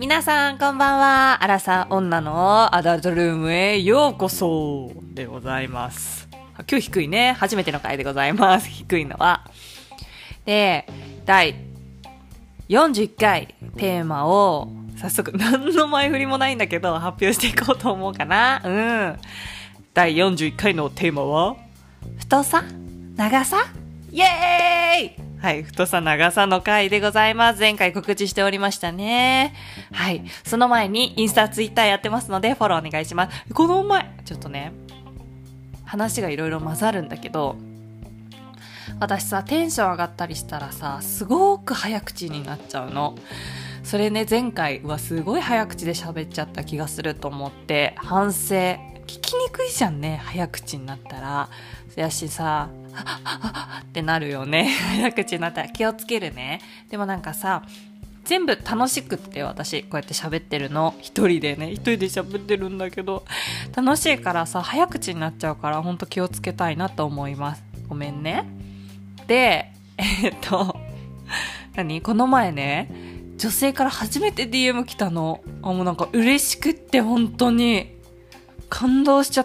皆さんこんばんは。アラサー女のアダルトルームへようこそでございます。今日低いね。初めての回でございます。低いのは。で、第41回テーマを早速何の前振りもないんだけど発表していこうと思うかな。第41回のテーマは太さ長さイエーイ。はい、太さ長さの回でございます。前回告知しておりましたね。はい、その前にインスタ、ツイッターやってますのでフォローお願いします。この前ちょっとね話がいろいろ混ざるんだけど、私さテンション上がったりしたらさすごく早口になっちゃうの。それね、前回はすごい早口で喋っちゃった気がすると思って反省。聞きにくいじゃんね、早口になったら。やしさってなるよね。早口になったら気をつけるね。でもなんかさ、全部楽しくって私こうやって喋ってるの一人で喋ってるんだけど、楽しいからさ早口になっちゃうからほんと気をつけたいなと思います。ごめんね。でこの前ね女性から初めて DM 来たの。もうなんか嬉しくって本当に感動しちゃって、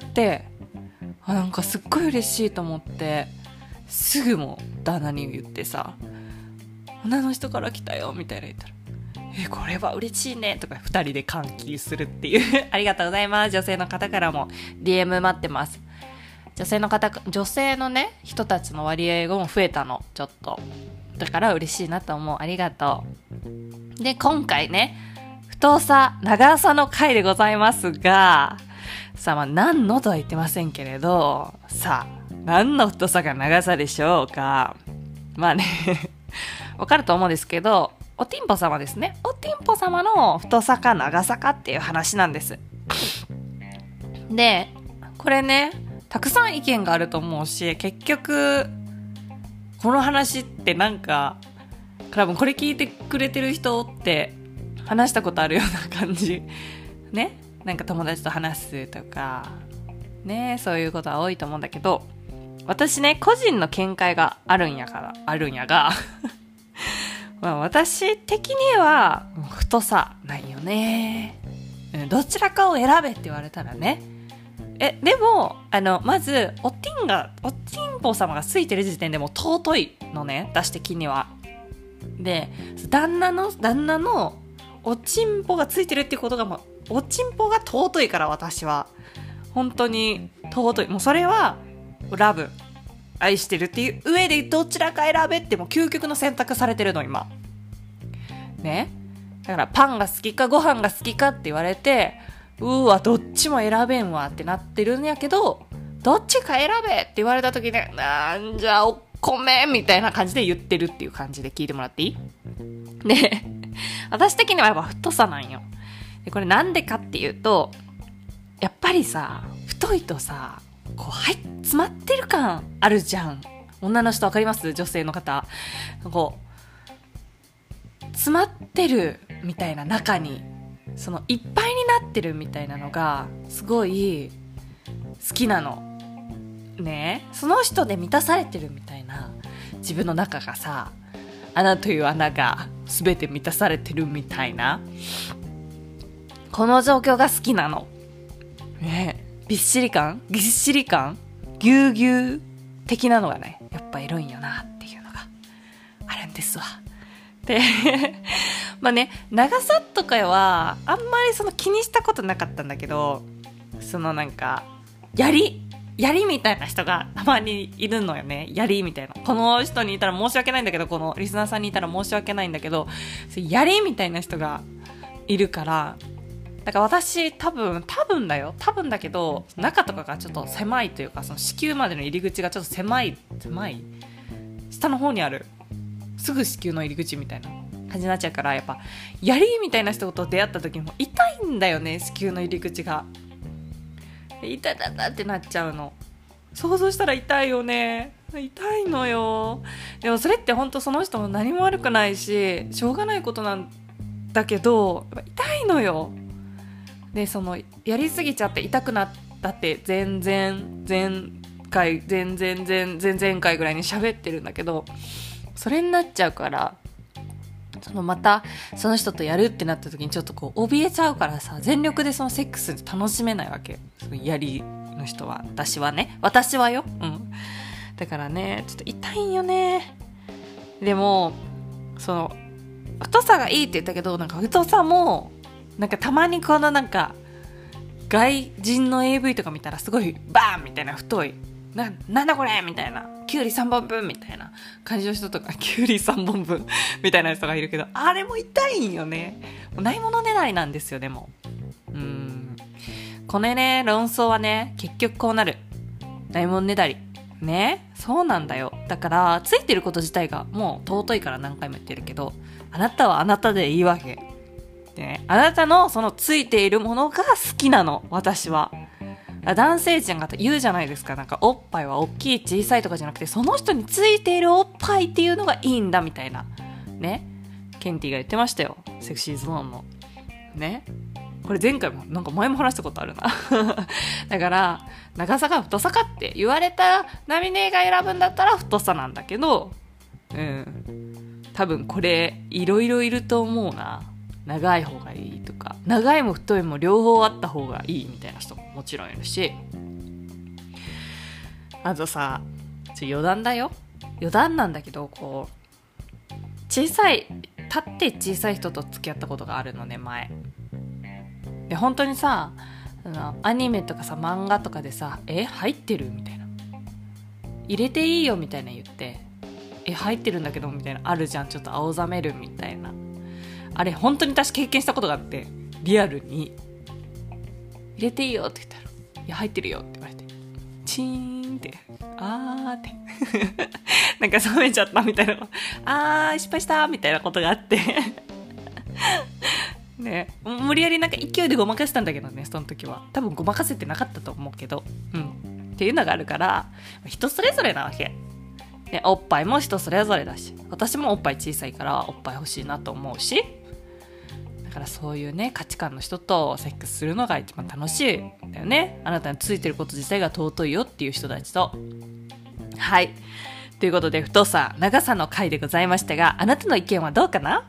なんかすっごい嬉しいと思ってすぐもう旦那に言ってさ、女の人から来たよみたいな言ったら、これは嬉しいねとか2人で歓喜するっていうありがとうございます。女性の方からも DM 待ってます。女性のね人たちの割合がも増えたのちょっとだから嬉しいなと思う。ありがとう。で今回ね太さ長さの回でございますがさあ、何のとは言ってませんけれど、さあ何の太さが長さでしょうか。まあねわかると思うんですけど、おティンポ様ですね。おティンポ様の太さか長さかっていう話なんです。でこれねたくさん意見があると思うし、結局この話ってなんか多分これ聞いてくれてる人って話したことあるような感じね。なんか友達と話すとかね、そういうことは多いと思うんだけど、私ね個人の見解があるんやがまあ私的には太さないよね。どちらかを選べって言われたらね。でもまずおティンポ様がついてる時点でもう尊いのね、私的には。で旦那のおちんぽがついてるっていうことがもうおちんぽが尊いから、私は本当に尊い。もうそれはラブ愛してるっていう上でどちらか選べってもう究極の選択されてるの今ね。だからパンが好きかご飯が好きかって言われて、どっちも選べんわってなってるんやけど、どっちか選べって言われた時ね、なんじゃお米みたいな感じで言ってるっていう感じで聞いてもらっていい？で私的にはやっぱ太さなんよ。でこれなんでかっていうと、やっぱりさ太いとさこう詰まってる感あるじゃん。女の人わかります？女性の方こう詰まってるみたいな、中にそのいっぱいになってるみたいなのがすごい好きなのね。その人で満たされてるみたいな、自分の中がさ、穴という穴が全て満たされてるみたいな、この状況が好きなのね。びっしり感ぎっしり感ぎゅうぎゅう的なのがねやっぱいるんよなっていうのがあるんですわ。でまあね、長さとかはあんまりその気にしたことなかったんだけど、そのなんかやりみたいな人がたまにいるのよね。やりみたいな、この人にいたら申し訳ないんだけど、このリスナーさんにいたら申し訳ないんだけど、やりみたいな人がいるから、だから私多分だけど中とかがちょっと狭いというか、その子宮までの入り口がちょっと狭い下の方にある、すぐ子宮の入り口みたいな感じになっちゃうから、やっぱやりみたいな人と出会った時も痛いんだよね、子宮の入り口が。痛いってなっちゃうの。想像したら痛いよね。痛いのよ。でもそれって本当その人も何も悪くないししょうがないことなんだけど痛いのよ。でそのやりすぎちゃって痛くなったって前回ぐらいに喋ってるんだけど、それになっちゃうからまたその人とやるってなった時にちょっとこう怯えちゃうからさ、全力でそのセックス楽しめないわけ。やりの人は。私はよ。だからね、ちょっと痛いんよね。でもその太さがいいって言ったけど、なんか太さもなんかたまにこのなんか外人の AV とか見たらすごいバーンみたいな太い、なんだこれみたいな、キュウリ3本分みたいな感じの人とか、キュウリ3本分みたいな人がいるけど、あれも痛いんよね。もうないものねだりなんですよ。でもこのね論争はね、結局こうなる。ないものねだりね、そうなんだよ。だからついてること自体がもう尊いから何回も言ってるけど、あなたはあなたでいいわけでね、あなたのそのついているものが好きなの、私は。男性陣が言うじゃないですか、なんかおっぱいは大きい小さいとかじゃなくて、その人についているおっぱいっていうのがいいんだみたいなね、ケンティが言ってましたよ、セクシーゾーンのね。これ前回もなんか前も話したことあるなだから長さか太さかって言われたら、ナミネが選ぶんだったら太さなんだけど、多分これいろいろいると思うな。長い方がいいとか、長いも太いも両方あった方がいいみたいな人ももちろんいるし、あとさ、余談だよ、余談なんだけど、こう立って小さい人と付き合ったことがあるのね、前で。本当にさ、アニメとかさ漫画とかでさ、入ってるみたいな、入れていいよみたいな言って、入ってるんだけどみたいなあるじゃん、ちょっと青ざめるみたいな。あれ本当に私経験したことがあって、リアルに入れていいよって言ったら、いや入ってるよって言われて、チーンってあーってなんか冷めちゃったみたいな、失敗したみたいなことがあってね、無理やりなんか勢いでごまかしたんだけどね、その時は多分ごまかせてなかったと思うけど、っていうのがあるから、人それぞれなわけで、おっぱいも人それぞれだし、私もおっぱい小さいからおっぱい欲しいなと思うし、だからそういうね価値観の人とセックスするのが一番楽しいんだよね。あなたについてること自体が尊いよっていう人たちと。はい、ということで太さ長さの回でございましたが、あなたの意見はどうかな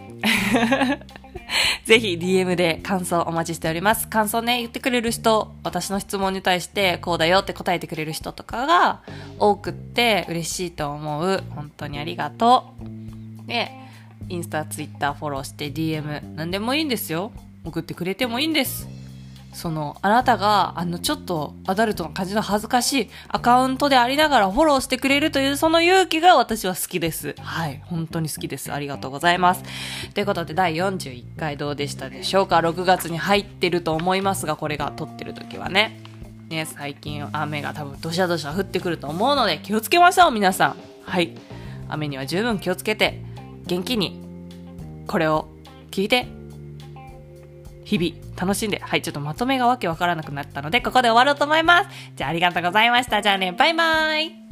ぜひ DM で感想お待ちしております。感想ね、言ってくれる人、私の質問に対してこうだよって答えてくれる人とかが多くって嬉しいと思う。本当にありがとう。で、インスタ、ツイッターフォローして DM 何でもいいんですよ。送ってくれてもいいんです。あなたがちょっとアダルトの感じの恥ずかしいアカウントでありながらフォローしてくれるというその勇気が私は好きです。はい、本当に好きです。ありがとうございます。ということで第41回どうでしたでしょうか。6月に入ってると思いますが、これが撮ってる時はね、最近雨が多分どしゃどしゃ降ってくると思うので気をつけましょう皆さん。はい、雨には十分気をつけて元気にこれを聞いて日々楽しんで、はい、ちょっとまとめがわけわからなくなったのでここで終わろうと思います。じゃあありがとうございました。じゃあね、バイバイ。